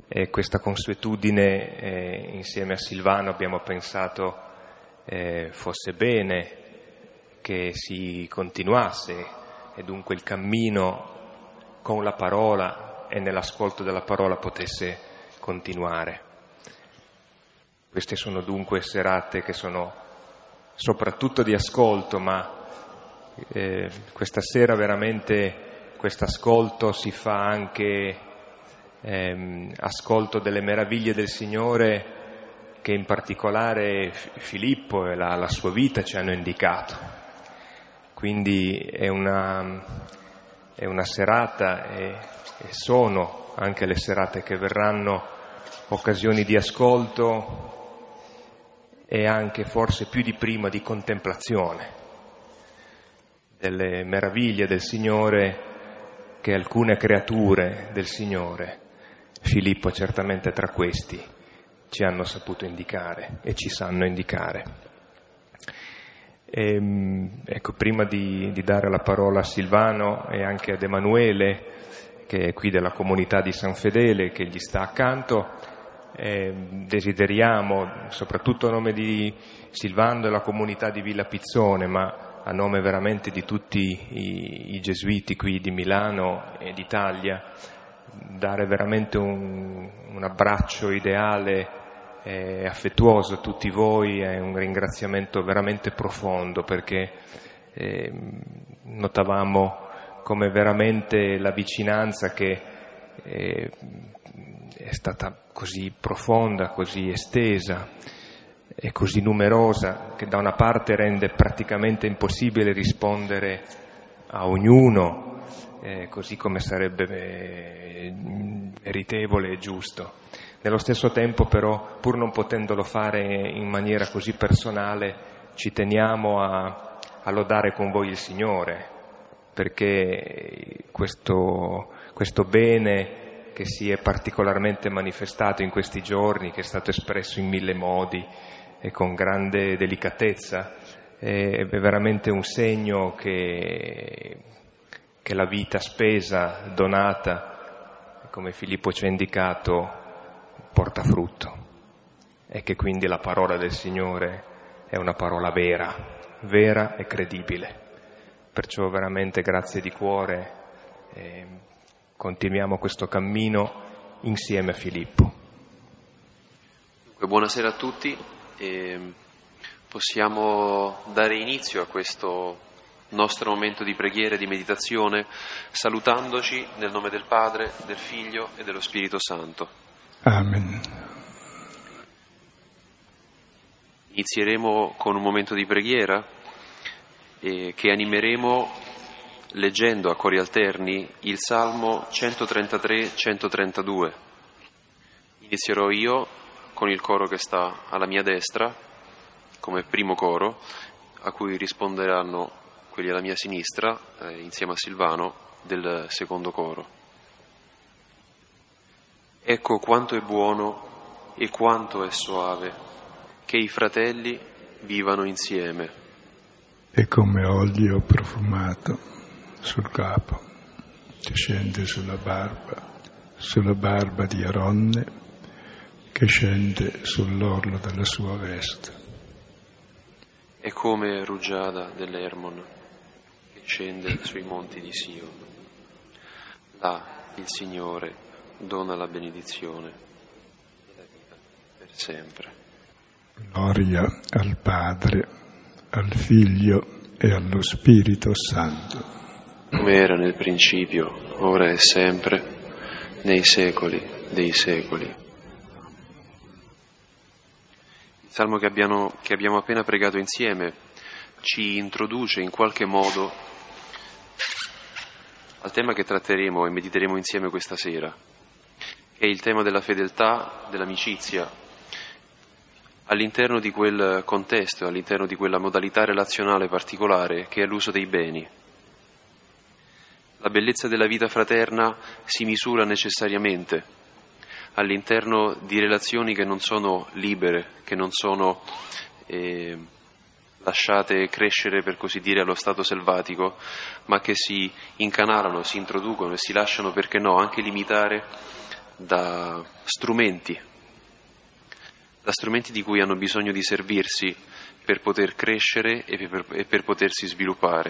E questa consuetudine, insieme a Silvano, abbiamo pensato fosse bene che si continuasse, e dunque il cammino con la parola e nell'ascolto della parola potesse continuare. Queste sono dunque serate che sono soprattutto di ascolto, ma questa sera veramente questo ascolto si fa anche ascolto delle meraviglie del Signore che in particolare Filippo e la sua vita ci hanno indicato. Quindi è una serata e sono anche le serate che verranno occasioni di ascolto e anche forse più di prima di contemplazione delle meraviglie del Signore che alcune creature del Signore, Filippo certamente tra questi, ci hanno saputo indicare e ci sanno indicare. Ecco, prima di dare la parola a Silvano e anche ad Emanuele, che è qui della comunità di San Fedele, che gli sta accanto, desideriamo, soprattutto a nome di Silvano e della comunità di Villa Pizzone, ma a nome veramente di tutti i gesuiti qui di Milano e d'Italia, dare veramente un abbraccio ideale e affettuoso a tutti voi e un ringraziamento veramente profondo, perché notavamo come veramente la vicinanza che è stata così profonda, così estesa e così numerosa, che da una parte rende praticamente impossibile rispondere a ognuno, così come sarebbe meritevole e giusto. Nello stesso tempo però, pur non potendolo fare in maniera così personale, ci teniamo a lodare con voi il Signore, perché questo bene che si è particolarmente manifestato in questi giorni, che è stato espresso in 1000 modi e con grande delicatezza, è veramente un segno che la vita spesa, donata, come Filippo ci ha indicato, porta frutto, e che quindi la parola del Signore è una parola vera e credibile. Perciò veramente grazie di cuore, continuiamo questo cammino insieme a Filippo. Buonasera a tutti. Possiamo dare inizio a questo nostro momento di preghiera e di meditazione salutandoci nel nome del Padre, del Figlio e dello Spirito Santo. Amen. Inizieremo con un momento di preghiera che animeremo leggendo a cori alterni il Salmo 133-132. Inizierò io con il coro che sta alla mia destra, come primo coro, a cui risponderanno quelli alla mia sinistra, insieme a Silvano, del secondo coro. Ecco quanto è buono e quanto è soave che i fratelli vivano insieme. È come olio profumato sul capo, che scende sulla barba di Aronne, che scende sull'orlo della sua veste. È come rugiada dell'Hermon, che scende sui monti di Sion. Là il Signore dona la benedizione e la vita per sempre. Gloria al Padre, al Figlio e allo Spirito Santo. Come era nel principio, ora e sempre, nei secoli dei secoli. Il Salmo che abbiamo appena pregato insieme ci introduce in qualche modo al tema che tratteremo e mediteremo insieme questa sera, che è il tema della fedeltà, dell'amicizia, all'interno di quel contesto, all'interno di quella modalità relazionale particolare che è l'uso dei beni. La bellezza della vita fraterna si misura necessariamente all'interno di relazioni che non sono libere, che non sono lasciate crescere, per così dire, allo stato selvatico, ma che si incanalano, si introducono e si lasciano, perché no, anche limitare da strumenti di cui hanno bisogno di servirsi per poter crescere e per potersi sviluppare.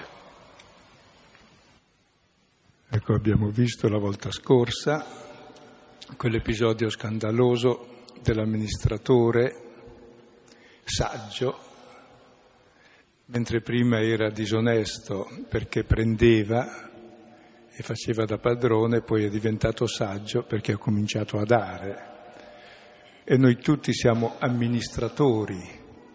Ecco, abbiamo visto la volta scorsa quell'episodio scandaloso dell'amministratore saggio, mentre prima era disonesto perché prendeva e faceva da padrone, poi è diventato saggio perché ha cominciato a dare. E noi tutti siamo amministratori.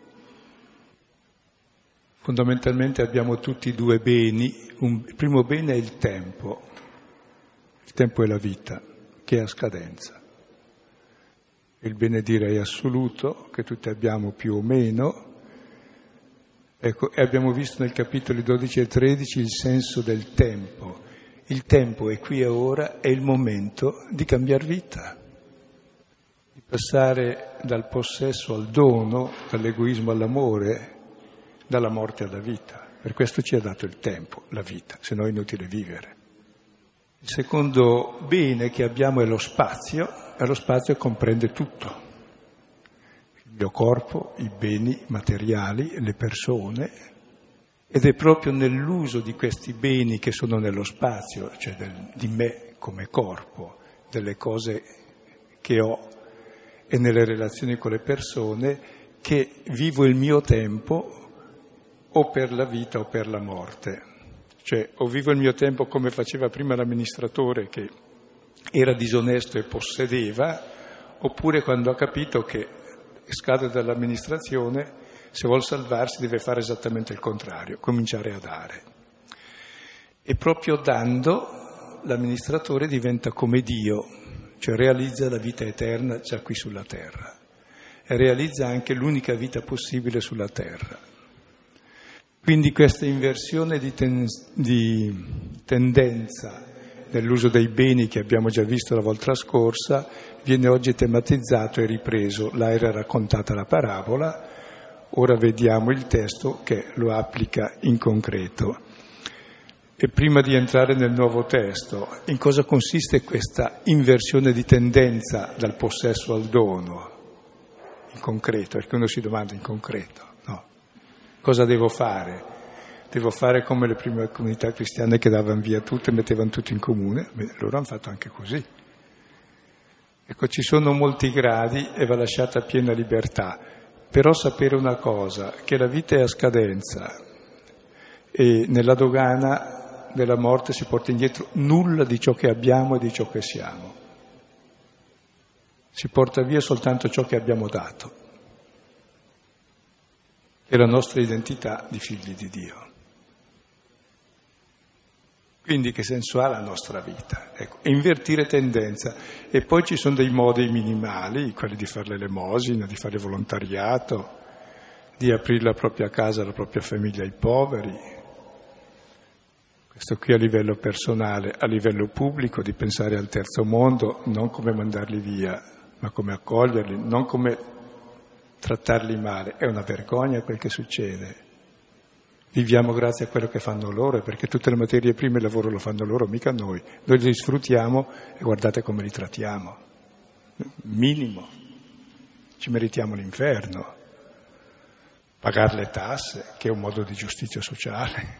Fondamentalmente abbiamo tutti due beni. Il primo bene è il tempo. Il tempo è la vita, che è a scadenza. Il bene direi assoluto, che tutti abbiamo più o meno. Ecco, e abbiamo visto nei capitoli 12 e 13 il senso del tempo. Il tempo è qui e ora, è il momento di cambiare vita, di passare dal possesso al dono, dall'egoismo all'amore, dalla morte alla vita. Per questo ci ha dato il tempo, la vita, se no è inutile vivere. Il secondo bene che abbiamo è lo spazio, e lo spazio comprende tutto. Il mio corpo, i beni materiali, le persone, ed è proprio nell'uso di questi beni che sono nello spazio, cioè di me come corpo, delle cose che ho e nelle relazioni con le persone, che vivo il mio tempo o per la vita o per la morte. Cioè, o vivo il mio tempo come faceva prima l'amministratore che era disonesto e possedeva, oppure quando ha capito che scade dall'amministrazione, se vuol salvarsi deve fare esattamente il contrario, cominciare a dare. E proprio dando l'amministratore diventa come Dio, cioè realizza la vita eterna già qui sulla terra e realizza anche l'unica vita possibile sulla terra. Quindi questa inversione di tendenza nell'uso dei beni che abbiamo già visto la volta scorsa viene oggi tematizzato e ripreso. Là era raccontata la parabola, ora vediamo il testo che lo applica in concreto. E prima di entrare nel nuovo testo, in cosa consiste questa inversione di tendenza dal possesso al dono? In concreto, perché uno si domanda in concreto, no? Cosa devo fare? Devo fare come le prime comunità cristiane che davano via tutto e mettevano tutto in comune? Beh, loro hanno fatto anche così. Ecco, ci sono molti gradi e va lasciata piena libertà. Però sapere una cosa, che la vita è a scadenza e nella dogana della morte si porta indietro nulla di ciò che abbiamo e di ciò che siamo. Si porta via soltanto ciò che abbiamo dato, che è la nostra identità di figli di Dio. Quindi che senso ha la nostra vita? Ecco, invertire tendenza. E poi ci sono dei modi minimali, quelli di fare l'elemosina, di fare volontariato, di aprire la propria casa, la propria famiglia ai poveri. Questo qui a livello personale, a livello pubblico, di pensare al terzo mondo, non come mandarli via, ma come accoglierli, non come trattarli male. È una vergogna quel che succede. Viviamo grazie a quello che fanno loro, perché tutte le materie prime il lavoro lo fanno loro, mica noi. Noi li sfruttiamo e guardate come li trattiamo. Minimo. Ci meritiamo l'inferno. Pagare le tasse, che è un modo di giustizia sociale.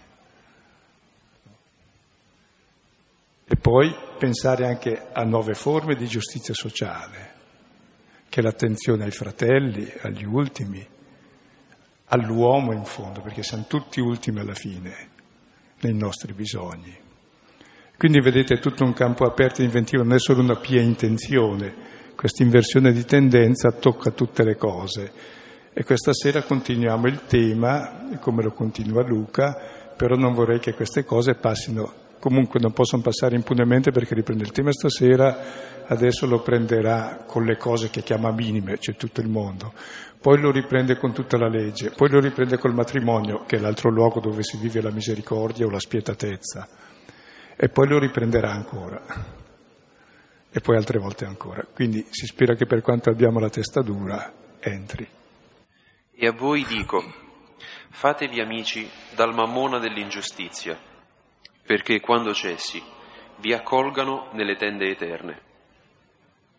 E poi pensare anche a nuove forme di giustizia sociale, che è l'attenzione ai fratelli, agli ultimi, all'uomo in fondo, perché siamo tutti ultimi alla fine nei nostri bisogni. Quindi vedete, è tutto un campo aperto e inventivo, non è solo una pia intenzione, questa inversione di tendenza tocca tutte le cose. E questa sera continuiamo il tema, come lo continua Luca, però non vorrei che queste cose passino, comunque non possono passare impunemente, perché riprende il tema stasera, adesso lo prenderà con le cose che chiama minime, cioè tutto il mondo. Poi lo riprende con tutta la legge, poi lo riprende col matrimonio, che è l'altro luogo dove si vive la misericordia o la spietatezza, e poi lo riprenderà ancora, e poi altre volte ancora. Quindi si spera che per quanto abbiamo la testa dura, entri. E a voi dico, fatevi amici dal mammona dell'ingiustizia, perché quando cessi vi accolgano nelle tende eterne.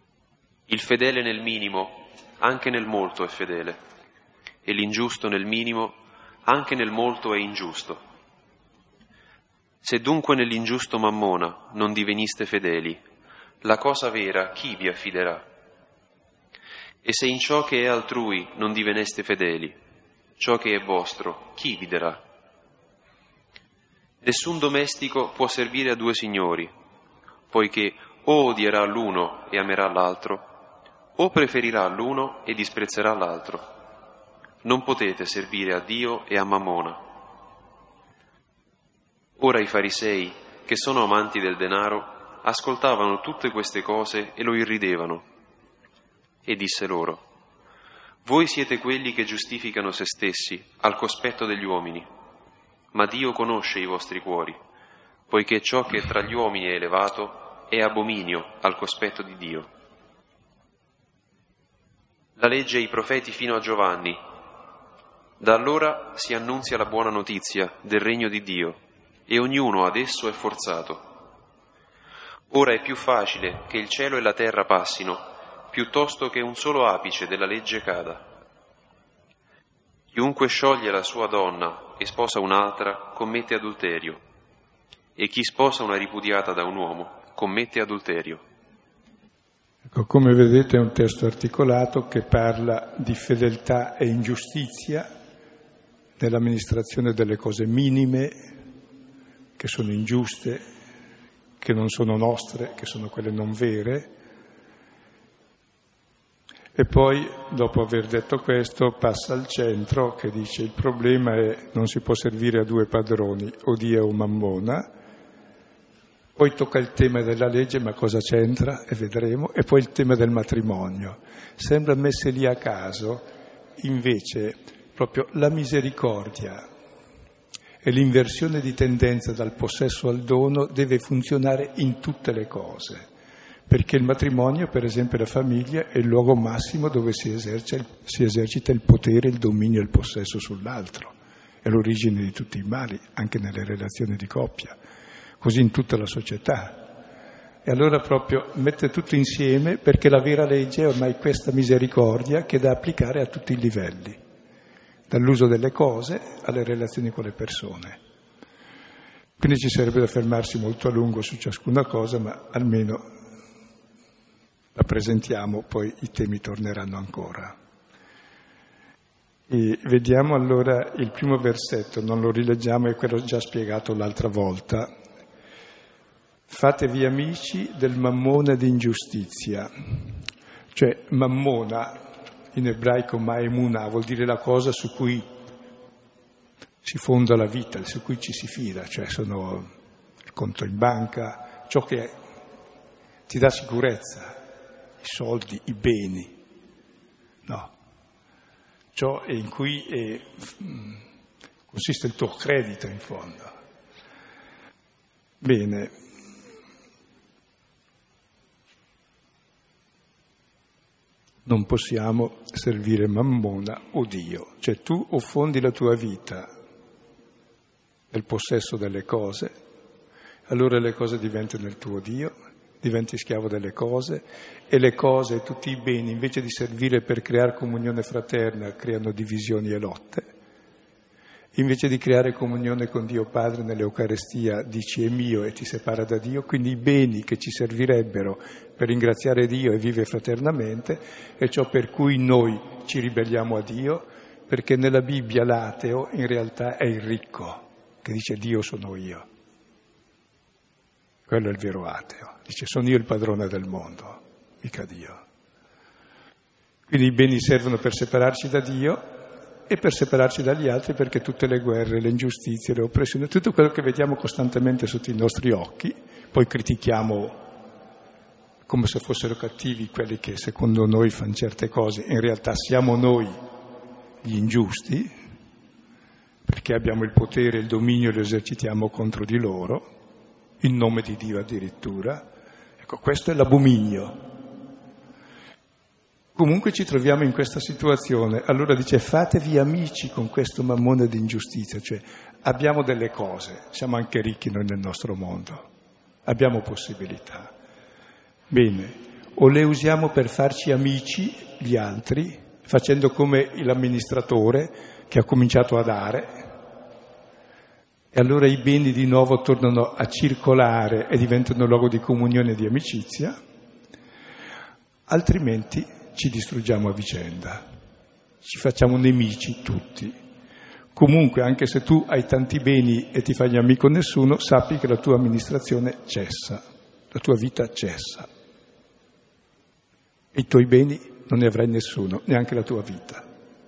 Il fedele nel minimo, anche nel molto è fedele, e l'ingiusto nel minimo, anche nel molto è ingiusto. Se dunque nell'ingiusto mammona non diveniste fedeli, la cosa vera chi vi affiderà? E se in ciò che è altrui non diveneste fedeli, ciò che è vostro chi vi darà? Nessun domestico può servire a due signori, poiché o odierà l'uno e amerà l'altro, o preferirà l'uno e disprezzerà l'altro. Non potete servire a Dio e a Mammona. Ora i farisei, che sono amanti del denaro, ascoltavano tutte queste cose e lo irridevano. E disse loro: voi siete quelli che giustificano se stessi al cospetto degli uomini, ma Dio conosce i vostri cuori, poiché ciò che tra gli uomini è elevato è abominio al cospetto di Dio. La legge e i profeti fino a Giovanni. Da allora si annunzia la buona notizia del regno di Dio e ognuno ad esso è forzato. Ora è più facile che il cielo e la terra passino piuttosto che un solo apice della legge cada. Chiunque scioglie la sua donna e sposa un'altra commette adulterio, e chi sposa una ripudiata da un uomo commette adulterio. Ecco, come vedete è un testo articolato che parla di fedeltà e ingiustizia nell'amministrazione delle cose minime, che sono ingiuste, che non sono nostre, che sono quelle non vere. E poi, dopo aver detto questo, passa al centro che dice il problema è non si può servire a due padroni, o Dio o Mammona. Poi tocca il tema della legge, ma cosa c'entra? E vedremo. E poi il tema del matrimonio. Sembra messe lì a caso, invece proprio la misericordia e l'inversione di tendenza dal possesso al dono deve funzionare in tutte le cose. Perché il matrimonio, per esempio la famiglia, è il luogo massimo dove si esercita il potere, il dominio e il possesso sull'altro. È l'origine di tutti i mali, anche nelle relazioni di coppia. Così in tutta la società. E allora proprio mette tutto insieme, perché la vera legge è ormai questa misericordia che è da applicare a tutti i livelli, dall'uso delle cose alle relazioni con le persone. Quindi ci sarebbe da fermarsi molto a lungo su ciascuna cosa, ma almeno la presentiamo, poi i temi torneranno ancora. E vediamo allora il primo versetto, non lo rileggiamo, è quello già spiegato l'altra volta. Fatevi amici del mammona d'ingiustizia. Cioè mammona, in ebraico ma'emunah, vuol dire la cosa su cui si fonda la vita, su cui ci si fida, cioè sono il conto in banca, ciò che ti dà sicurezza. I soldi, i beni, no, ciò è in cui consiste il tuo credito in fondo. Bene, non possiamo servire Mammona o Dio, cioè tu o fondi la tua vita nel possesso delle cose, allora le cose diventano il tuo Dio, diventi schiavo delle cose e le cose e tutti i beni, invece di servire per creare comunione fraterna, creano divisioni e lotte. Invece di creare comunione con Dio Padre nell'Eucarestia, dici è mio e ti separa da Dio, quindi i beni che ci servirebbero per ringraziare Dio e vivere fraternamente è ciò per cui noi ci ribelliamo a Dio, perché nella Bibbia l'ateo in realtà è il ricco, che dice Dio sono io. Quello è il vero ateo. Dice, sono io il padrone del mondo, mica Dio. Quindi i beni servono per separarci da Dio e per separarci dagli altri, perché tutte le guerre, le ingiustizie, le oppressioni, tutto quello che vediamo costantemente sotto i nostri occhi, poi critichiamo come se fossero cattivi quelli che secondo noi fanno certe cose, in realtà siamo noi gli ingiusti, perché abbiamo il potere, il dominio e lo esercitiamo contro di loro, in nome di Dio addirittura. Ecco, questo è l'abominio. Comunque ci troviamo in questa situazione. Allora dice, fatevi amici con questo mammone di ingiustizia, cioè abbiamo delle cose, siamo anche ricchi noi nel nostro mondo, abbiamo possibilità. Bene, o le usiamo per farci amici gli altri, facendo come l'amministratore che ha cominciato a dare, e allora i beni di nuovo tornano a circolare e diventano luogo di comunione e di amicizia, altrimenti ci distruggiamo a vicenda, ci facciamo nemici tutti. Comunque, anche se tu hai tanti beni e ti fai amico nessuno, sappi che la tua amministrazione cessa, la tua vita cessa. I tuoi beni non ne avrai nessuno, neanche la tua vita.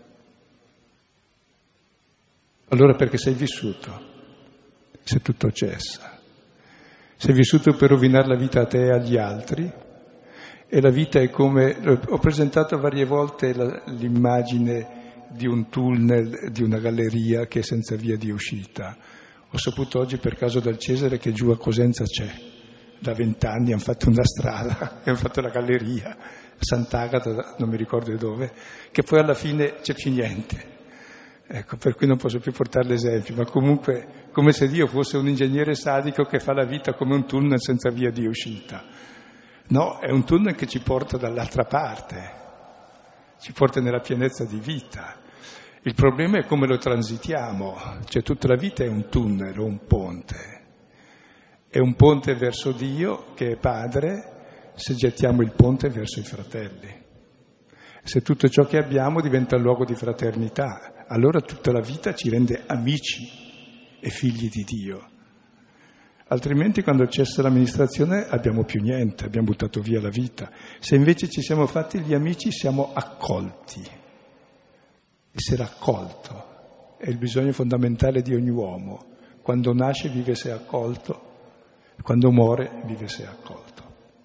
Allora perché sei vissuto? Se tutto cessa. Sei vissuto per rovinare la vita a te e agli altri, e la vita è come... Ho presentato varie volte l'immagine di un tunnel, di una galleria che è senza via di uscita. Ho saputo oggi per caso dal Cesare che giù a Cosenza c'è. Da 20 anni hanno fatto una strada, hanno fatto la galleria, a Sant'Agata, non mi ricordo dove, che poi alla fine c'è più niente. Ecco, per cui non posso più portare l'esempio, ma comunque come se Dio fosse un ingegnere sadico che fa la vita come un tunnel senza via di uscita. No, è un tunnel che ci porta dall'altra parte, ci porta nella pienezza di vita. Il problema è come lo transitiamo, cioè tutta la vita è un tunnel o un ponte. È un ponte verso Dio, che è Padre, se gettiamo il ponte verso i fratelli. Se tutto ciò che abbiamo diventa luogo di fraternità, allora tutta la vita ci rende amici e figli di Dio. Altrimenti quando cessa l'amministrazione abbiamo più niente, abbiamo buttato via la vita. Se invece ci siamo fatti gli amici siamo accolti. Essere accolto è il bisogno fondamentale di ogni uomo. Quando nasce vive se accolto, quando muore vive se accolto.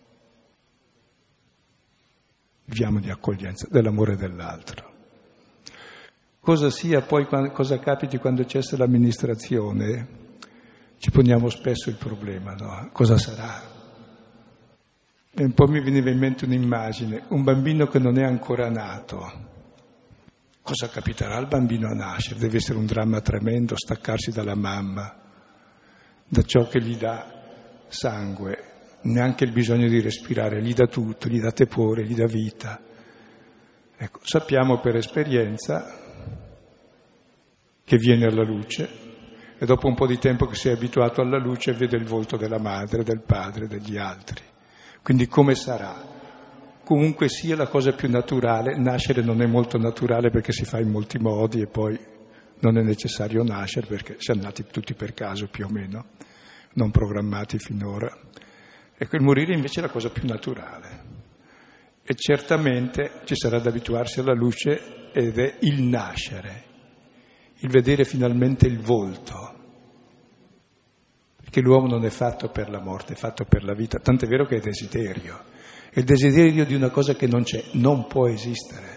Viviamo di accoglienza, dell'amore dell'altro. Cosa sia poi, cosa capiti quando cessa l'amministrazione, ci poniamo spesso il problema, no? Cosa sarà? E un po' mi veniva in mente un'immagine, un bambino che non è ancora nato. Cosa capiterà al bambino a nascere? Deve essere un dramma tremendo, staccarsi dalla mamma, da ciò che gli dà sangue, neanche il bisogno di respirare, gli dà tutto, gli dà tepore, gli dà vita. Ecco, sappiamo per esperienza che viene alla luce e dopo un po' di tempo che si è abituato alla luce vede il volto della madre, del padre, degli altri. Quindi come sarà? Comunque sia la cosa più naturale, nascere non è molto naturale perché si fa in molti modi e poi non è necessario nascere perché siamo nati tutti per caso più o meno, non programmati finora. Ecco, il morire invece è la cosa più naturale. E certamente ci sarà da abituarsi alla luce ed è il nascere, il vedere finalmente il volto. Perché l'uomo non è fatto per la morte, è fatto per la vita, tant'è vero che è desiderio. E il desiderio di una cosa che non c'è, non può esistere.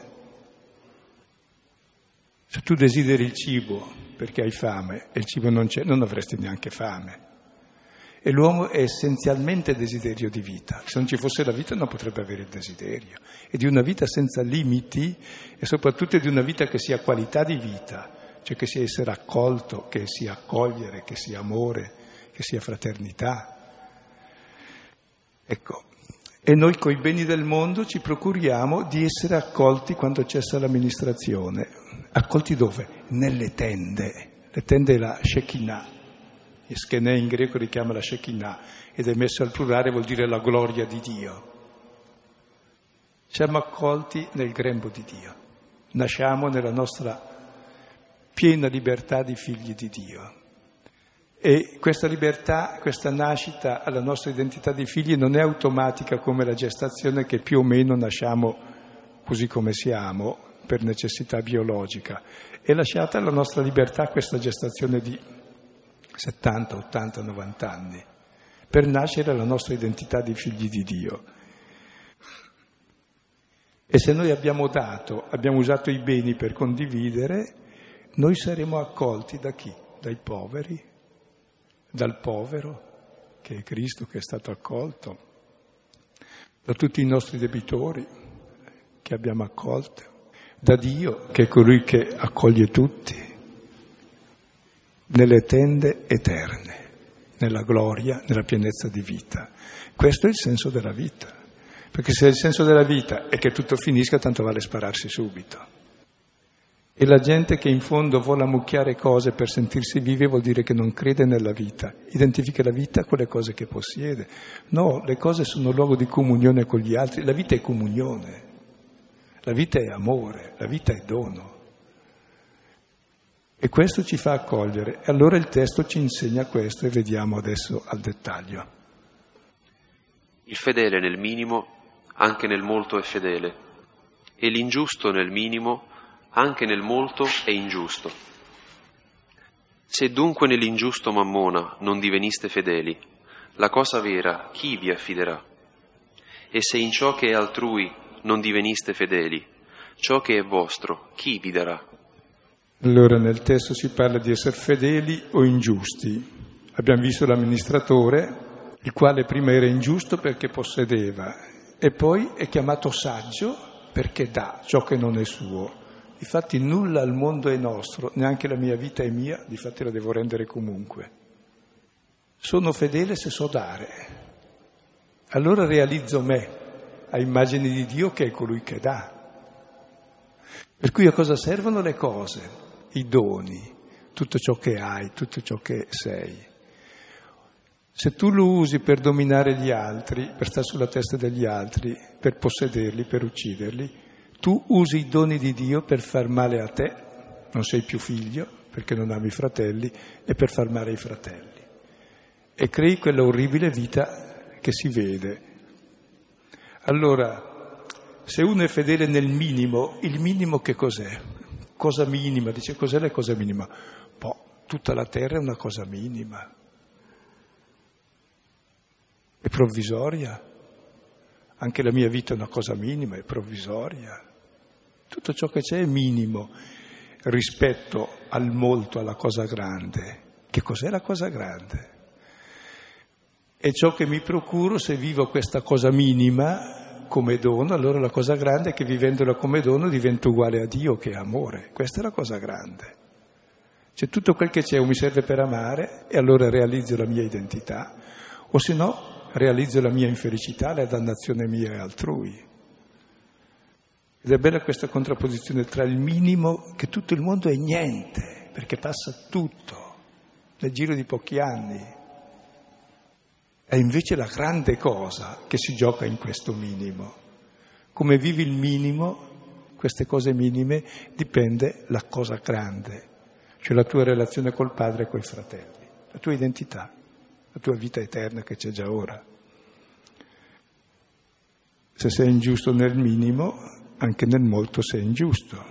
Se tu desideri il cibo perché hai fame e il cibo non c'è, non avresti neanche fame. E l'uomo è essenzialmente desiderio di vita. Se non ci fosse la vita non potrebbe avere il desiderio. E di una vita senza limiti e soprattutto di una vita che sia qualità di vita, cioè che sia essere accolto, che sia accogliere, che sia amore, che sia fraternità. Ecco. E noi coi beni del mondo ci procuriamo di essere accolti quando cessa l'amministrazione. Accolti dove? Nelle tende. Le tende è la Shekinah. Eschenè in greco richiama la Shekinah ed è messo al plurale, vuol dire la gloria di Dio. Siamo accolti nel grembo di Dio. Nasciamo nella nostra piena libertà di figli di Dio. E questa libertà, questa nascita alla nostra identità di figli non è automatica come la gestazione, che più o meno nasciamo così come siamo per necessità biologica. È lasciata alla nostra libertà questa gestazione di 70, 80, 90 anni per nascere alla nostra identità di figli di Dio. E se noi abbiamo usato i beni per condividere, noi saremo accolti da chi? Dai poveri, dal povero, che è Cristo, che è stato accolto, da tutti i nostri debitori che abbiamo accolto, da Dio, che è colui che accoglie tutti, nelle tende eterne, nella gloria, nella pienezza di vita. Questo è il senso della vita. Perché se il senso della vita è che tutto finisca, tanto vale spararsi subito. E la gente che in fondo vuole ammucchiare cose per sentirsi vive vuol dire che non crede nella vita, identifica la vita con le cose che possiede. No, le cose sono luogo di comunione con gli altri, la vita è comunione, la vita è amore, la vita è dono. E questo ci fa accogliere. E allora il testo ci insegna questo e vediamo adesso al dettaglio. Il fedele nel minimo, anche nel molto è fedele, e l'ingiusto nel minimo, anche nel molto è ingiusto. Se dunque nell'ingiusto mammona non diveniste fedeli, la cosa vera chi vi affiderà? E se in ciò che è altrui non diveniste fedeli, ciò che è vostro chi vi darà? Allora nel testo si parla di essere fedeli o ingiusti. Abbiamo visto l'amministratore, il quale prima era ingiusto perché possedeva e poi è chiamato saggio perché dà ciò che non è suo. Difatti nulla al mondo è nostro, neanche la mia vita è mia, difatti la devo rendere comunque. Sono fedele se so dare. Allora realizzo me a immagine di Dio che è colui che dà. Per cui a cosa servono le cose? I doni, tutto ciò che hai, tutto ciò che sei. Se tu lo usi per dominare gli altri, per stare sulla testa degli altri, per possederli, per ucciderli, tu usi i doni di Dio per far male a te, non sei più figlio perché non ami i fratelli, e per far male ai fratelli. E crei quella orribile vita che si vede. Allora, se uno è fedele nel minimo, il minimo che cos'è? Cosa minima, dice cos'è la cosa minima? Tutta la terra è una cosa minima. È provvisoria. Anche la mia vita è una cosa minima, è provvisoria. Tutto ciò che c'è è minimo rispetto al molto, alla cosa grande. Che cos'è la cosa grande? È ciò che mi procuro se vivo questa cosa minima come dono, allora la cosa grande è che vivendola come dono divento uguale a Dio che è amore. Questa è la cosa grande. Cioè tutto quel che c'è o mi serve per amare e allora realizzo la mia identità, o se no realizzo la mia infelicità, la dannazione mia e altrui. Ed è bella questa contrapposizione tra il minimo, che tutto il mondo è niente, perché passa tutto nel giro di pochi anni, e invece la grande cosa che si gioca in questo minimo. Come vivi il minimo, queste cose minime, dipende la cosa grande, cioè la tua relazione col padre e coi fratelli, la tua identità, la tua vita eterna che c'è già ora. Se sei ingiusto nel minimo, anche nel molto sei ingiusto.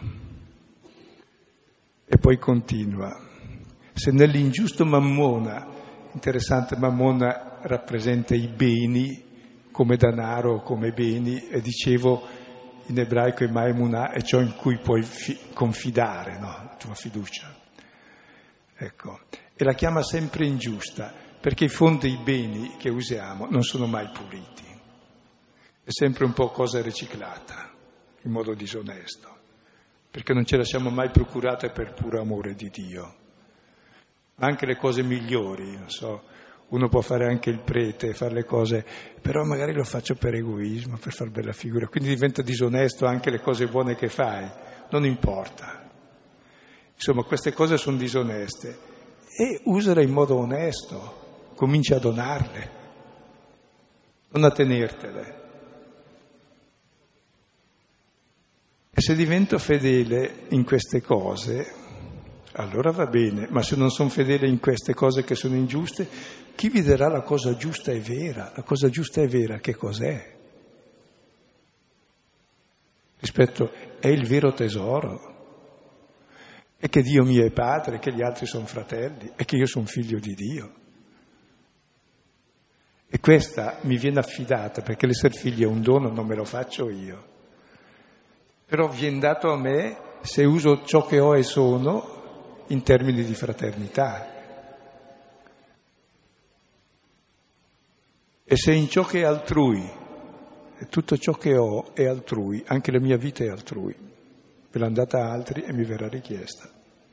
E poi continua. Se nell'ingiusto mammona, interessante, mammona rappresenta i beni come denaro, come beni, e dicevo in ebraico è emunah, è ciò in cui puoi confidare, no? La tua fiducia. Ecco. E la chiama sempre ingiusta, perché in fondo i beni che usiamo non sono mai puliti. È sempre un po' cosa riciclata, in modo disonesto, perché non ce la siamo mai procurate per puro amore di Dio. Ma anche le cose migliori, non so, uno può fare anche il prete, fare le cose, però magari lo faccio per egoismo, per far bella figura, quindi diventa disonesto anche le cose buone che fai, non importa. Insomma, queste cose sono disoneste e usale in modo onesto, comincia a donarle, non a tenertele. E se divento fedele in queste cose, allora va bene, ma se non sono fedele in queste cose che sono ingiuste, chi vi darà la cosa giusta e vera? La cosa giusta e vera che cos'è? Rispetto, è il vero tesoro. È che Dio mio è padre, che gli altri sono fratelli, e che io sono figlio di Dio. E questa mi viene affidata, perché l'essere figlio è un dono, non me lo faccio io. Però viene dato a me se uso ciò che ho e sono in termini di fraternità. E se in ciò che è altrui, tutto ciò che ho è altrui, anche la mia vita è altrui, ve l'hanno data a altri e mi verrà richiesta.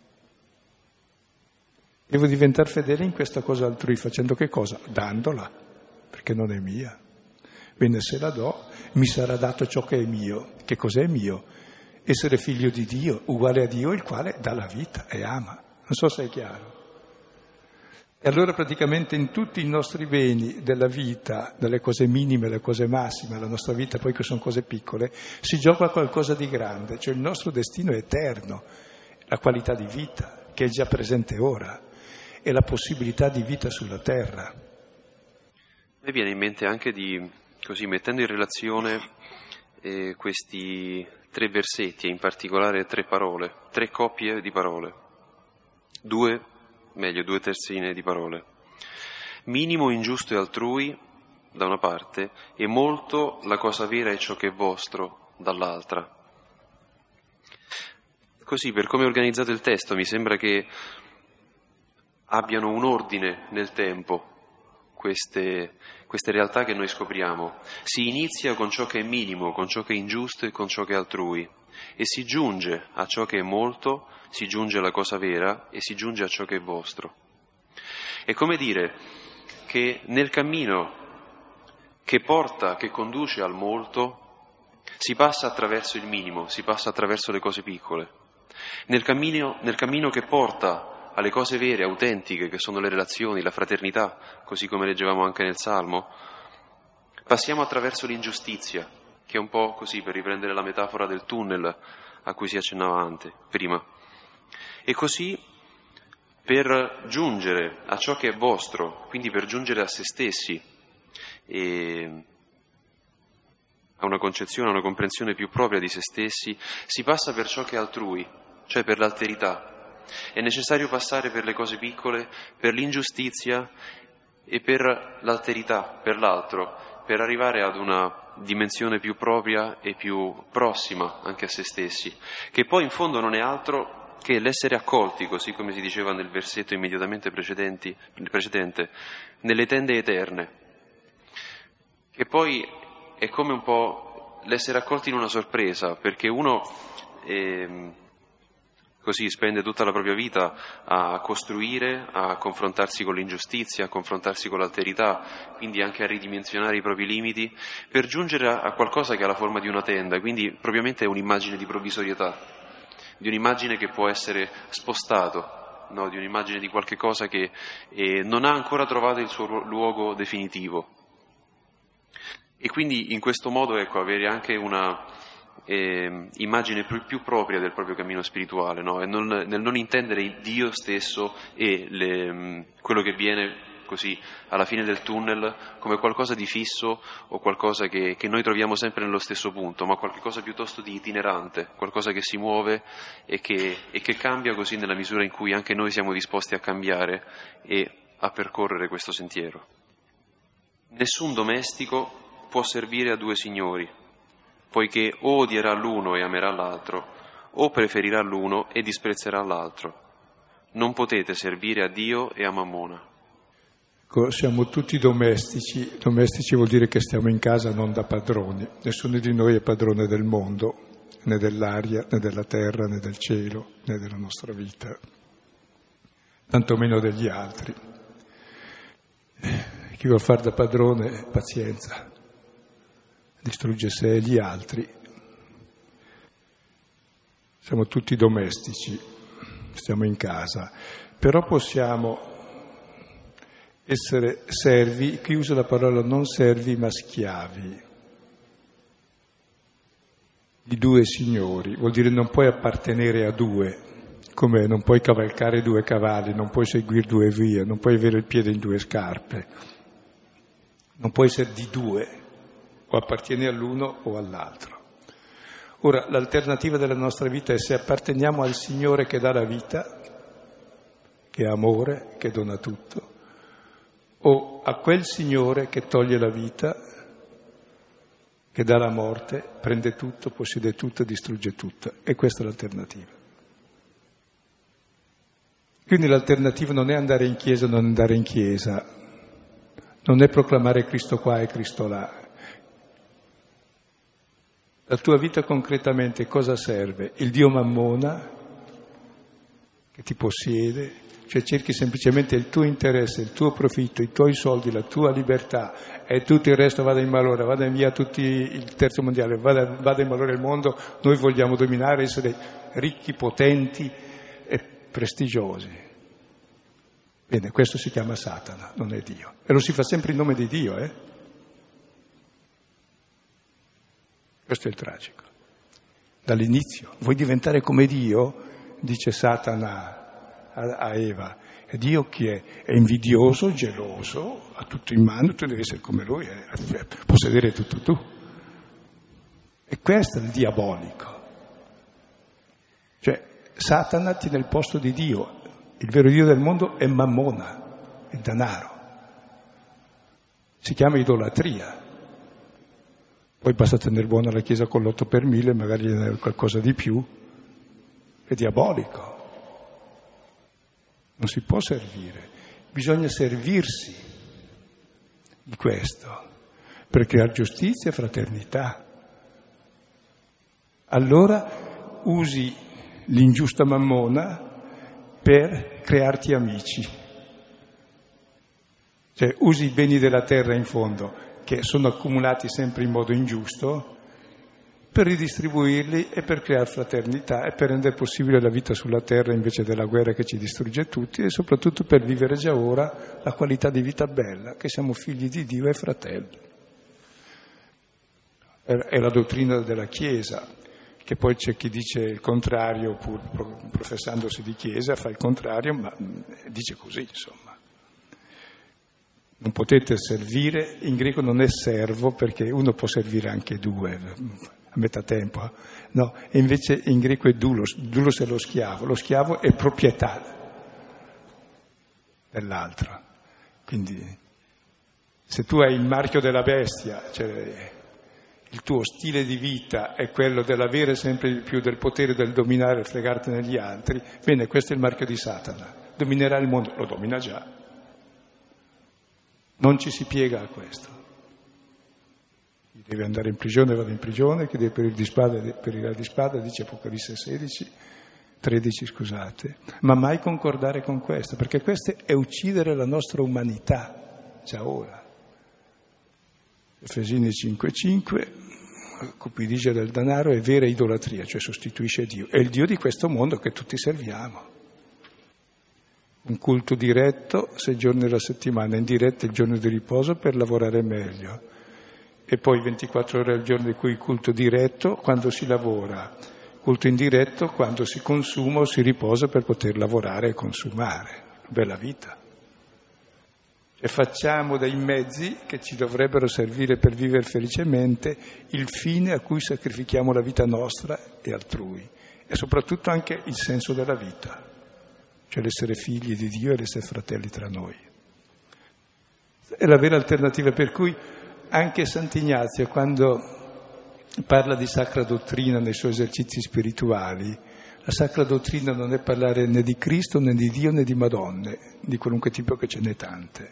Devo diventare fedele in questa cosa altrui, facendo che cosa? Dandola, perché non è mia. Bene, se la do, mi sarà dato ciò che è mio. Che cos'è mio? Essere figlio di Dio, uguale a Dio, il quale dà la vita e ama. Non so se è chiaro. E allora praticamente in tutti i nostri beni della vita, dalle cose minime alle cose massime, la nostra vita poi che sono cose piccole, si gioca qualcosa di grande, cioè il nostro destino è eterno, la qualità di vita che è già presente ora e la possibilità di vita sulla terra. Mi viene in mente anche così mettendo in relazione questi 3 versetti e in particolare 3 parole, 3 coppie di parole, 2 terzine di parole. Minimo, ingiusto e altrui, da una parte, e molto la cosa vera è ciò che è vostro, dall'altra. Così, per come è organizzato il testo, mi sembra che abbiano un ordine nel tempo queste realtà che noi scopriamo. Si inizia con ciò che è minimo, con ciò che è ingiusto e con ciò che è altrui, e si giunge a ciò che è molto, si giunge alla cosa vera e si giunge a ciò che è vostro. È come dire che nel cammino che conduce al molto, si passa attraverso il minimo, si passa attraverso le cose piccole. Nel cammino che porta alle cose vere, autentiche, che sono le relazioni, la fraternità, così come leggevamo anche nel Salmo, passiamo attraverso l'ingiustizia, che è un po' così, per riprendere la metafora del tunnel a cui si accennava prima. E così, per giungere a ciò che è vostro, quindi per giungere a se stessi e a una concezione, a una comprensione più propria di se stessi, si passa per ciò che è altrui, cioè per l'alterità. È necessario passare per le cose piccole, per l'ingiustizia e per l'alterità, per l'altro, per arrivare ad una dimensione più propria e più prossima anche a se stessi, che poi in fondo non è altro che l'essere accolti, così come si diceva nel versetto immediatamente precedente, nelle tende eterne, che poi è come un po' l'essere accolti in una sorpresa, perché uno così spende tutta la propria vita a costruire, a confrontarsi con l'ingiustizia, a confrontarsi con l'alterità, quindi anche a ridimensionare i propri limiti, per giungere a qualcosa che ha la forma di una tenda, quindi propriamente è un'immagine di provvisorietà, di un'immagine che può essere spostato, no? Di un'immagine di qualche cosa che non ha ancora trovato il suo luogo definitivo. E quindi in questo modo, avere anche una immagine più propria del proprio cammino spirituale, no? E nel non intendere il Dio stesso e quello che viene così alla fine del tunnel come qualcosa di fisso o qualcosa che noi troviamo sempre nello stesso punto, ma qualcosa piuttosto di itinerante, qualcosa che si muove e che cambia così nella misura in cui anche noi siamo disposti a cambiare e a percorrere questo sentiero. Nessun domestico può servire a 2 signori, poiché o odierà l'uno e amerà l'altro, o preferirà l'uno e disprezzerà l'altro. Non potete servire a Dio e a Mammona. Siamo tutti domestici vuol dire che stiamo in casa non da padroni, nessuno di noi è padrone del mondo, né dell'aria, né della terra, né del cielo, né della nostra vita, tantomeno degli altri. Chi vuol far da padrone, pazienza, distrugge sé e gli altri. Siamo tutti domestici, stiamo in casa, però possiamo essere servi, qui uso la parola non servi ma schiavi, di 2 signori, vuol dire non puoi appartenere a 2, come non puoi cavalcare 2 cavalli, non puoi seguire 2 vie, non puoi avere il piede in 2 scarpe, non puoi essere di 2, o appartieni all'uno o all'altro. Ora, l'alternativa della nostra vita è se apparteniamo al Signore che dà la vita, che è amore, che dona tutto, o a quel Signore che toglie la vita, che dà la morte, prende tutto, possiede tutto, distrugge tutto. E questa è l'alternativa. Quindi l'alternativa non è andare in chiesa o non andare in chiesa, non è proclamare Cristo qua e Cristo là. La tua vita concretamente cosa serve? Il Dio Mammona, che ti possiede, cioè cerchi semplicemente il tuo interesse, il tuo profitto, i tuoi soldi, la tua libertà, e tutto il resto vada in malora, vada in via tutti il terzo mondiale, vada in malora il mondo, noi vogliamo dominare, essere ricchi, potenti e prestigiosi. Bene, questo si chiama Satana, non è Dio. E lo si fa sempre in nome di Dio, Questo è il tragico. Dall'inizio, vuoi diventare come Dio? Dice Satana a Eva. E Dio chi è? È invidioso, geloso, ha tutto in mano, tu devi essere come lui, possedere tutto tu. E questo è il diabolico. Cioè, Satana tiene il posto di Dio. Il vero Dio del mondo è Mammona, il denaro. Si chiama idolatria. Poi basta tenere buona la Chiesa con l'8 per 1000, magari gliene qualcosa di più. È diabolico. Non si può servire. Bisogna servirsi di questo per creare giustizia e fraternità. Allora usi l'ingiusta mammona per crearti amici. Cioè usi i beni della terra in fondo, che sono accumulati sempre in modo ingiusto, per ridistribuirli e per creare fraternità e per rendere possibile la vita sulla terra invece della guerra che ci distrugge tutti, e soprattutto per vivere già ora la qualità di vita bella, che siamo figli di Dio e fratelli. È la dottrina della Chiesa, che poi c'è chi dice il contrario, pur professandosi di Chiesa, fa il contrario, ma dice così, insomma. Non potete servire, in greco non è servo, perché uno può servire anche due, a metà tempo, no? E invece in greco è doulos è lo schiavo è proprietà dell'altro. Quindi se tu hai il marchio della bestia, cioè il tuo stile di vita è quello dell'avere sempre di più del potere del dominare e fregartene gli altri, bene, questo è il marchio di Satana. Dominerà il mondo, lo domina già. Non ci si piega a questo. Chi deve andare in prigione vada in prigione, chi deve perirà di spada, dice Apocalisse 13, scusate, ma mai concordare con questo, perché questo è uccidere la nostra umanità, già ora. Efesini 5:5, cupidigia del denaro è vera idolatria, cioè sostituisce Dio. È il Dio di questo mondo che tutti serviamo. Un culto diretto 6 giorni alla settimana, indiretto il giorno di riposo per lavorare meglio. E poi 24 ore al giorno di cui culto diretto quando si lavora, culto indiretto quando si consuma o si riposa per poter lavorare e consumare. Bella vita. E facciamo dai mezzi che ci dovrebbero servire per vivere felicemente il fine a cui sacrifichiamo la vita nostra e altrui, e soprattutto anche il senso della vita, cioè l'essere figli di Dio e l'essere fratelli tra noi. È la vera alternativa, per cui anche Sant'Ignazio, quando parla di sacra dottrina nei suoi esercizi spirituali, la sacra dottrina non è parlare né di Cristo, né di Dio, né di Madonne, di qualunque tipo, che ce n'è tante.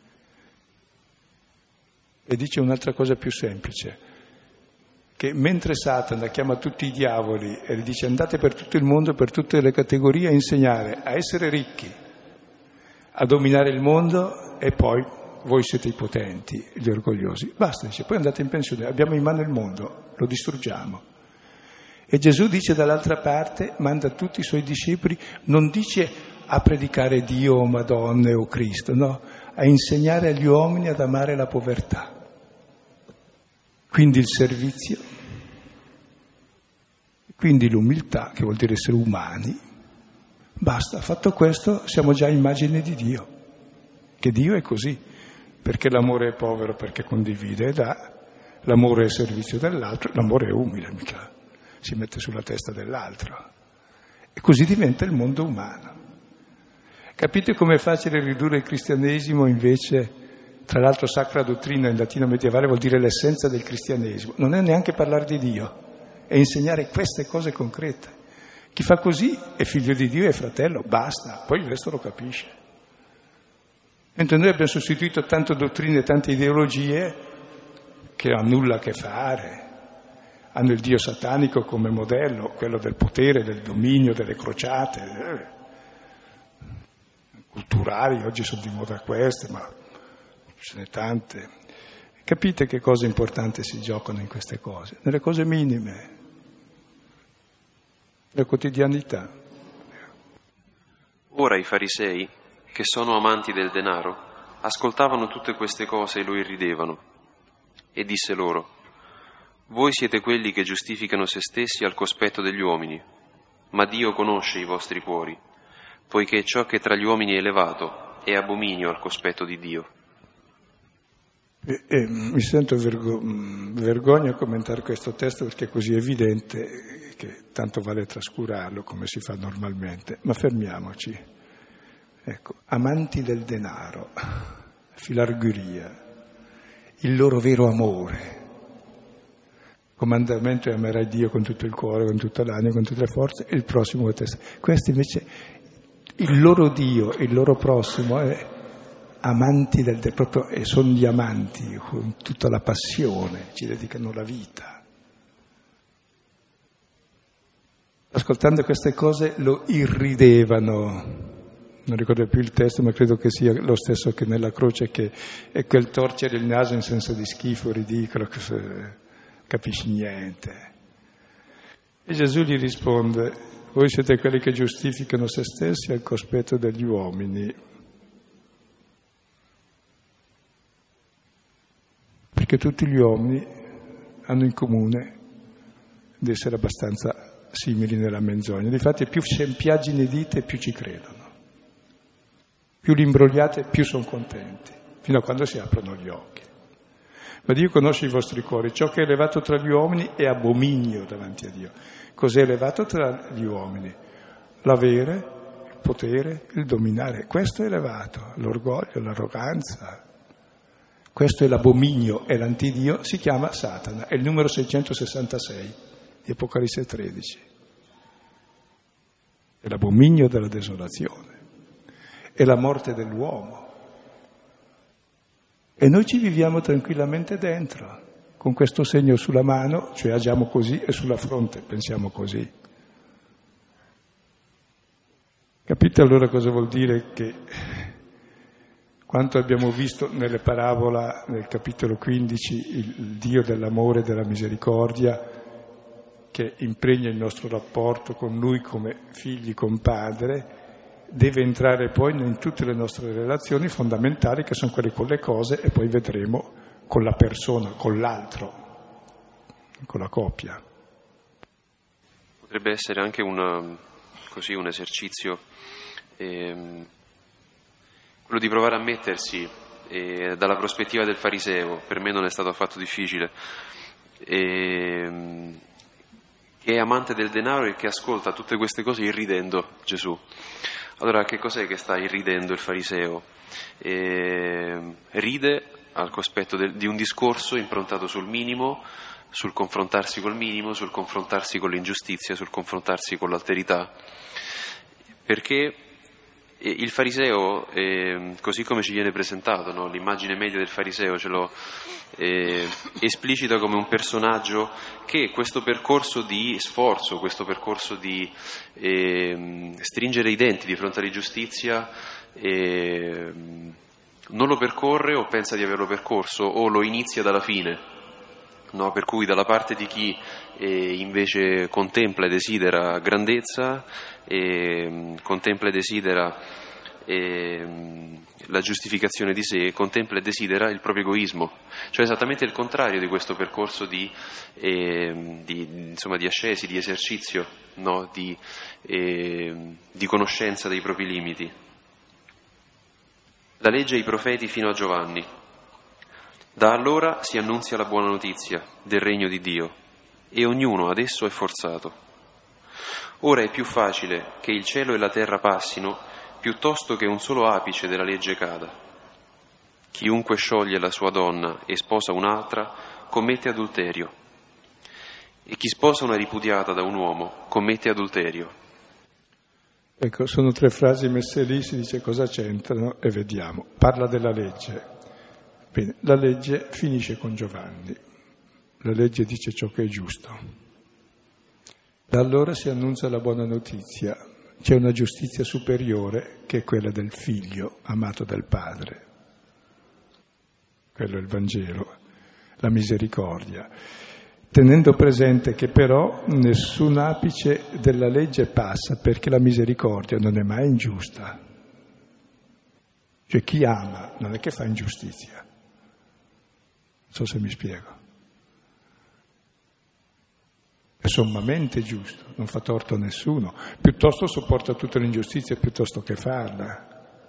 E dice un'altra cosa più semplice, che mentre Satana chiama tutti i diavoli e gli dice andate per tutto il mondo, per tutte le categorie, a insegnare a essere ricchi, a dominare il mondo, e poi voi siete i potenti, gli orgogliosi. Basta, dice, poi andate in pensione, abbiamo in mano il mondo, lo distruggiamo. E Gesù dice dall'altra parte, manda tutti i suoi discepoli, non dice a predicare Dio o Madonna o Cristo, no, a insegnare agli uomini ad amare la povertà. Quindi il servizio, quindi l'umiltà, che vuol dire essere umani. Basta, fatto questo siamo già immagine di Dio, che Dio è così, perché l'amore è povero, perché condivide e dà, l'amore è servizio dell'altro, l'amore è umile, mica si mette sulla testa dell'altro. E così diventa il mondo umano. Capite com'è facile ridurre il cristianesimo invece? Tra l'altro sacra dottrina in latino medievale vuol dire l'essenza del cristianesimo. Non è neanche parlare di Dio, è insegnare queste cose concrete. Chi fa così è figlio di Dio e fratello, basta, poi il resto lo capisce. Mentre noi abbiamo sostituito tante dottrine e tante ideologie che hanno nulla a che fare, hanno il Dio satanico come modello, quello del potere, del dominio, delle crociate. culturali, oggi sono di moda queste, ma ce ne tante. Capite che cose importanti si giocano in queste cose? Nelle cose minime, nella quotidianità. Ora i farisei, che sono amanti del denaro, ascoltavano tutte queste cose e lo irridevano. E disse loro: voi siete quelli che giustificano se stessi al cospetto degli uomini, ma Dio conosce i vostri cuori, poiché ciò che tra gli uomini è elevato è abominio al cospetto di Dio. Mi sento vergogna a commentare questo testo perché è così evidente che tanto vale trascurarlo come si fa normalmente, ma fermiamoci. Ecco, amanti del denaro, filarguria, il loro vero amore. Comandamento è amerai Dio con tutto il cuore, con tutta l'anima, con tutte le forze, e il prossimo con te. Questi invece, il loro Dio, il loro prossimo è amanti del proprio, e sono gli amanti con tutta la passione, ci dedicano la vita. Ascoltando queste cose lo irridevano. Non ricordo più il testo, ma credo che sia lo stesso che nella croce, che è quel torcere il naso in senso di schifo, ridicolo, che capisci niente. E Gesù gli risponde: voi siete quelli che giustificano se stessi al cospetto degli uomini. Perché tutti gli uomini hanno in comune di essere abbastanza simili nella menzogna. Difatti più sempiaggini dite, più ci credono. Più li imbrogliate, più sono contenti, fino a quando si aprono gli occhi. Ma Dio conosce i vostri cuori. Ciò che è elevato tra gli uomini è abominio davanti a Dio. Cos'è elevato tra gli uomini? L'avere, il potere, il dominare. Questo è elevato, l'orgoglio, l'arroganza. Questo è l'abominio, è l'antidio, si chiama Satana, è il numero 666 di Apocalisse 13. È l'abominio della desolazione, è la morte dell'uomo. E noi ci viviamo tranquillamente dentro, con questo segno sulla mano, cioè agiamo così, e sulla fronte pensiamo così. Capite allora cosa vuol dire che quanto abbiamo visto nelle parabola, nel capitolo 15, il Dio dell'amore e della misericordia che impregna il nostro rapporto con Lui come figli con Padre, deve entrare poi in tutte le nostre relazioni fondamentali, che sono quelle con le cose, e poi vedremo con la persona, con l'altro, con la coppia. Potrebbe essere anche un esercizio, quello di provare a mettersi dalla prospettiva del fariseo. Per me non è stato affatto difficile, che è amante del denaro e che ascolta tutte queste cose irridendo Gesù. Allora, che cos'è che sta irridendo il fariseo? Ride al cospetto di un discorso improntato sul minimo, sul confrontarsi col minimo, sul confrontarsi con l'ingiustizia, sul confrontarsi con l'alterità. Perché il fariseo, così come ci viene presentato, no? L'immagine media del fariseo ce lo esplicita come un personaggio che questo percorso di sforzo, questo percorso di stringere i denti di fronte all'ingiustizia, non lo percorre o pensa di averlo percorso, o lo inizia dalla fine, no? Per cui dalla parte di chi invece contempla e desidera grandezza, contempla e desidera la giustificazione di sé, contempla e desidera il proprio egoismo, cioè esattamente il contrario di questo percorso di ascesi, di esercizio, no? di conoscenza dei propri limiti. La legge e i profeti fino a Giovanni. Da allora si annunzia la buona notizia del regno di Dio e ognuno ad esso è forzato. Ora è più facile che il cielo e la terra passino piuttosto che un solo apice della legge cada. Chiunque scioglie la sua donna e sposa un'altra commette adulterio, e chi sposa una ripudiata da un uomo commette adulterio. Ecco, sono 3 frasi messe lì, si dice cosa c'entrano e vediamo. Parla della legge. Bene, la legge finisce con Giovanni. La legge dice ciò che è giusto. Da allora si annuncia la buona notizia c'è una giustizia superiore che è quella del figlio amato dal padre. Quello è il Vangelo, la misericordia. Tenendo presente che però nessun apice della legge passa, perché la misericordia non è mai ingiusta. Cioè chi ama non è che fa ingiustizia. Non so se mi spiego. È sommamente giusto, non fa torto a nessuno, piuttosto sopporta tutte le ingiustizie piuttosto che farla.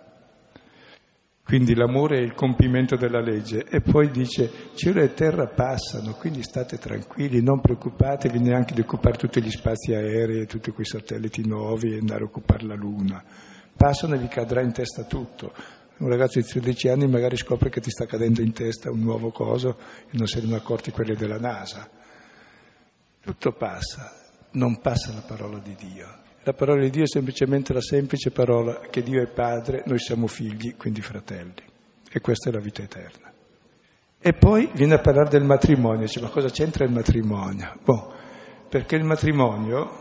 Quindi l'amore è il compimento della legge. E poi dice, cielo e terra passano, quindi state tranquilli, non preoccupatevi neanche di occupare tutti gli spazi aerei, tutti quei satelliti nuovi e andare a occupare la Luna. Passano e vi cadrà in testa tutto. Un ragazzo di 13 anni magari scopre che ti sta cadendo in testa un nuovo coso e non se ne sono accorti quelli della NASA. Tutto passa, non passa la parola di Dio. La parola di Dio è semplicemente la semplice parola che Dio è Padre, noi siamo figli, quindi fratelli. E questa è la vita eterna. E poi viene a parlare del matrimonio. Dice, ma cosa c'entra il matrimonio? Perché il matrimonio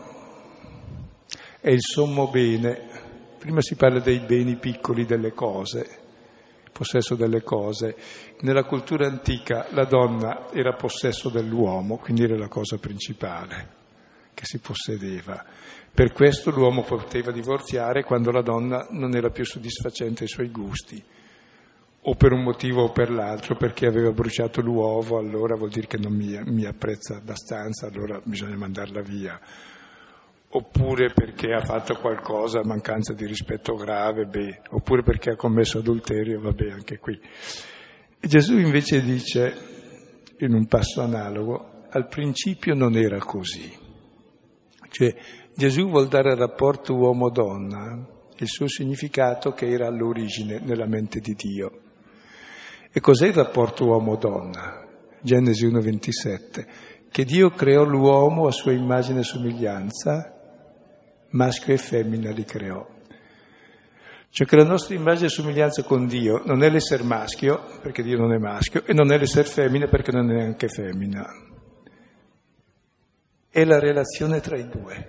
è il sommo bene. Prima si parla dei beni piccoli, delle cose, il possesso delle cose. Nella cultura antica la donna era possesso dell'uomo, quindi era la cosa principale che si possedeva. Per questo l'uomo poteva divorziare quando la donna non era più soddisfacente ai suoi gusti, o per un motivo o per l'altro, perché aveva bruciato l'uovo, allora vuol dire che non mi apprezza abbastanza, allora bisogna mandarla via. Oppure perché ha fatto qualcosa, mancanza di rispetto grave, oppure perché ha commesso adulterio, anche qui. E Gesù invece dice, in un passo analogo, al principio non era così. Cioè, Gesù vuol dare al rapporto uomo-donna il suo significato che era all'origine nella mente di Dio. E cos'è il rapporto uomo-donna? Genesi 1,27, che Dio creò l'uomo a sua immagine e somiglianza, maschio e femmina li creò. Cioè che la nostra immagine e somiglianza con Dio non è l'essere maschio, perché Dio non è maschio, e non è l'essere femmina, perché non è neanche femmina. È la relazione tra i due.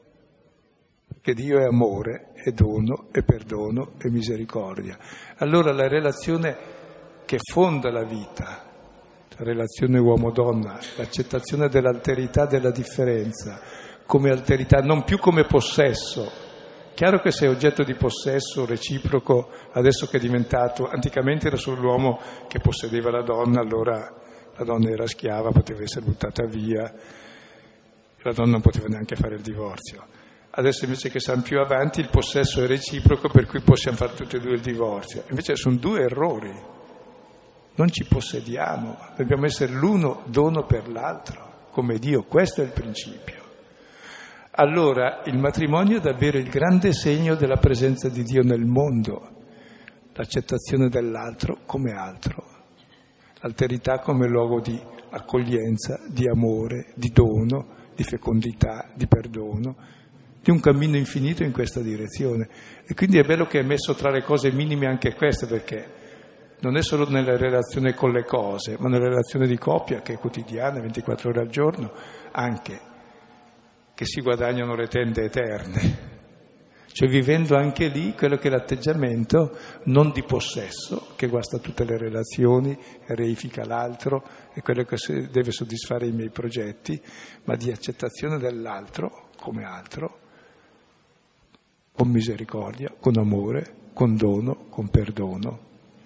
Perché Dio è amore, è dono, è perdono, è misericordia. Allora la relazione che fonda la vita, la relazione uomo-donna, l'accettazione dell'alterità, della differenza, come alterità, non più come possesso. Chiaro che se è oggetto di possesso reciproco, adesso che è diventato, anticamente era solo l'uomo che possedeva la donna, allora la donna era schiava, poteva essere buttata via, la donna non poteva neanche fare il divorzio. Adesso invece che siamo più avanti il possesso è reciproco, per cui possiamo fare tutti e due il divorzio. Invece sono due errori, non ci possediamo, dobbiamo essere l'uno dono per l'altro, come Dio, questo è il principio. Allora il matrimonio è davvero il grande segno della presenza di Dio nel mondo, l'accettazione dell'altro come altro, l'alterità come luogo di accoglienza, di amore, di dono, di fecondità, di perdono, di un cammino infinito in questa direzione. E quindi è bello che è messo tra le cose minime anche queste, perché non è solo nella relazione con le cose, ma nella relazione di coppia, che è quotidiana, 24 ore al giorno, anche, che si guadagnano le tende eterne. Cioè vivendo anche lì quello che è l'atteggiamento non di possesso, che guasta tutte le relazioni, reifica l'altro, è quello che deve soddisfare i miei progetti, ma di accettazione dell'altro come altro, con misericordia, con amore, con dono, con perdono.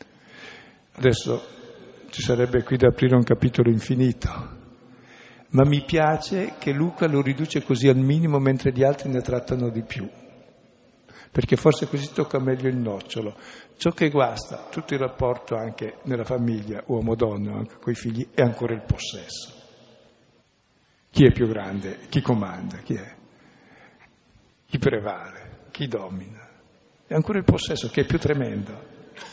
Adesso ci sarebbe qui da aprire un capitolo infinito, ma mi piace che Luca lo riduce così al minimo mentre gli altri ne trattano di più, perché forse così tocca meglio il nocciolo. Ciò che guasta tutto il rapporto anche nella famiglia, uomo-donna, anche coi figli, è ancora il possesso. Chi è più grande? Chi comanda? Chi è? Chi prevale? Chi domina? È ancora il possesso che è più tremendo,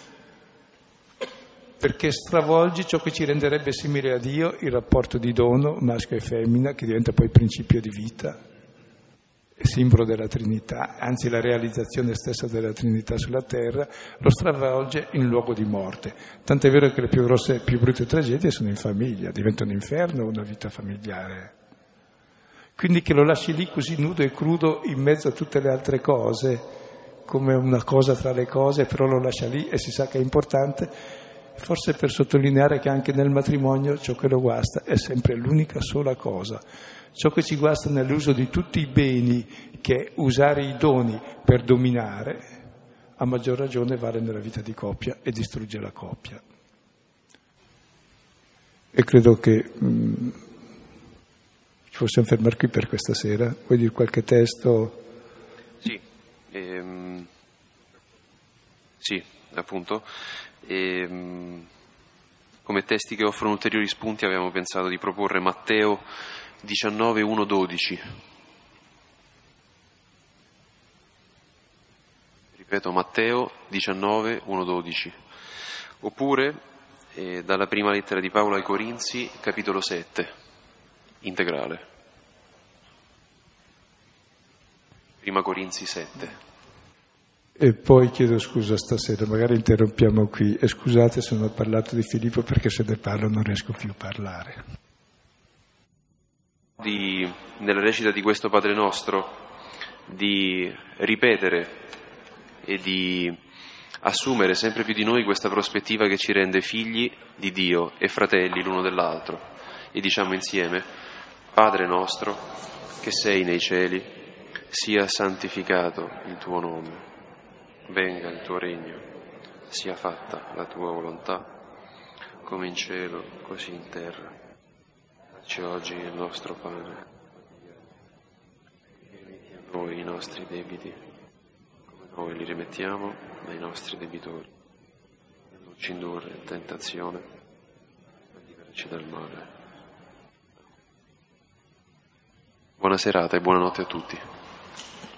perché stravolgi ciò che ci renderebbe simile a Dio, il rapporto di dono, maschio e femmina, che diventa poi principio di vita, è simbolo della Trinità, anzi la realizzazione stessa della Trinità sulla terra, lo stravolge in luogo di morte. Tant'è vero che le più grosse e più brutte tragedie sono in famiglia, diventa un inferno una vita familiare. Quindi che lo lasci lì così nudo e crudo in mezzo a tutte le altre cose, come una cosa tra le cose, però lo lascia lì e si sa che è importante, forse per sottolineare che anche nel matrimonio ciò che lo guasta è sempre l'unica sola cosa. Ciò che ci guasta nell'uso di tutti i beni, che è usare i doni per dominare, a maggior ragione vale nella vita di coppia e distrugge la coppia. E credo che ci possiamo fermare qui per questa sera. Vuoi dire qualche testo? Sì, sì, appunto. Come testi che offrono ulteriori spunti avevamo pensato di proporre Matteo 19, 1, 12. Ripeto, Matteo 19, 1, 12. Oppure dalla prima lettera di Paolo ai Corinzi, capitolo 7, integrale. Prima Corinzi 7. E poi chiedo scusa stasera, magari interrompiamo qui. E scusate se non ho parlato di Filippo, perché se ne parlo non riesco più a parlare. Nella recita di questo Padre Nostro, di ripetere e di assumere sempre più di noi questa prospettiva che ci rende figli di Dio e fratelli l'uno dell'altro. E diciamo insieme: Padre nostro, che sei nei cieli, sia santificato il tuo nome. Venga il tuo regno, sia fatta la tua volontà, come in cielo, così in terra. Dacci oggi il nostro pane. Rimetti a noi i nostri debiti, come noi li rimettiamo ai nostri debitori. E non ci indurre in tentazione, ma liberarci dal male. Buona serata e buonanotte a tutti.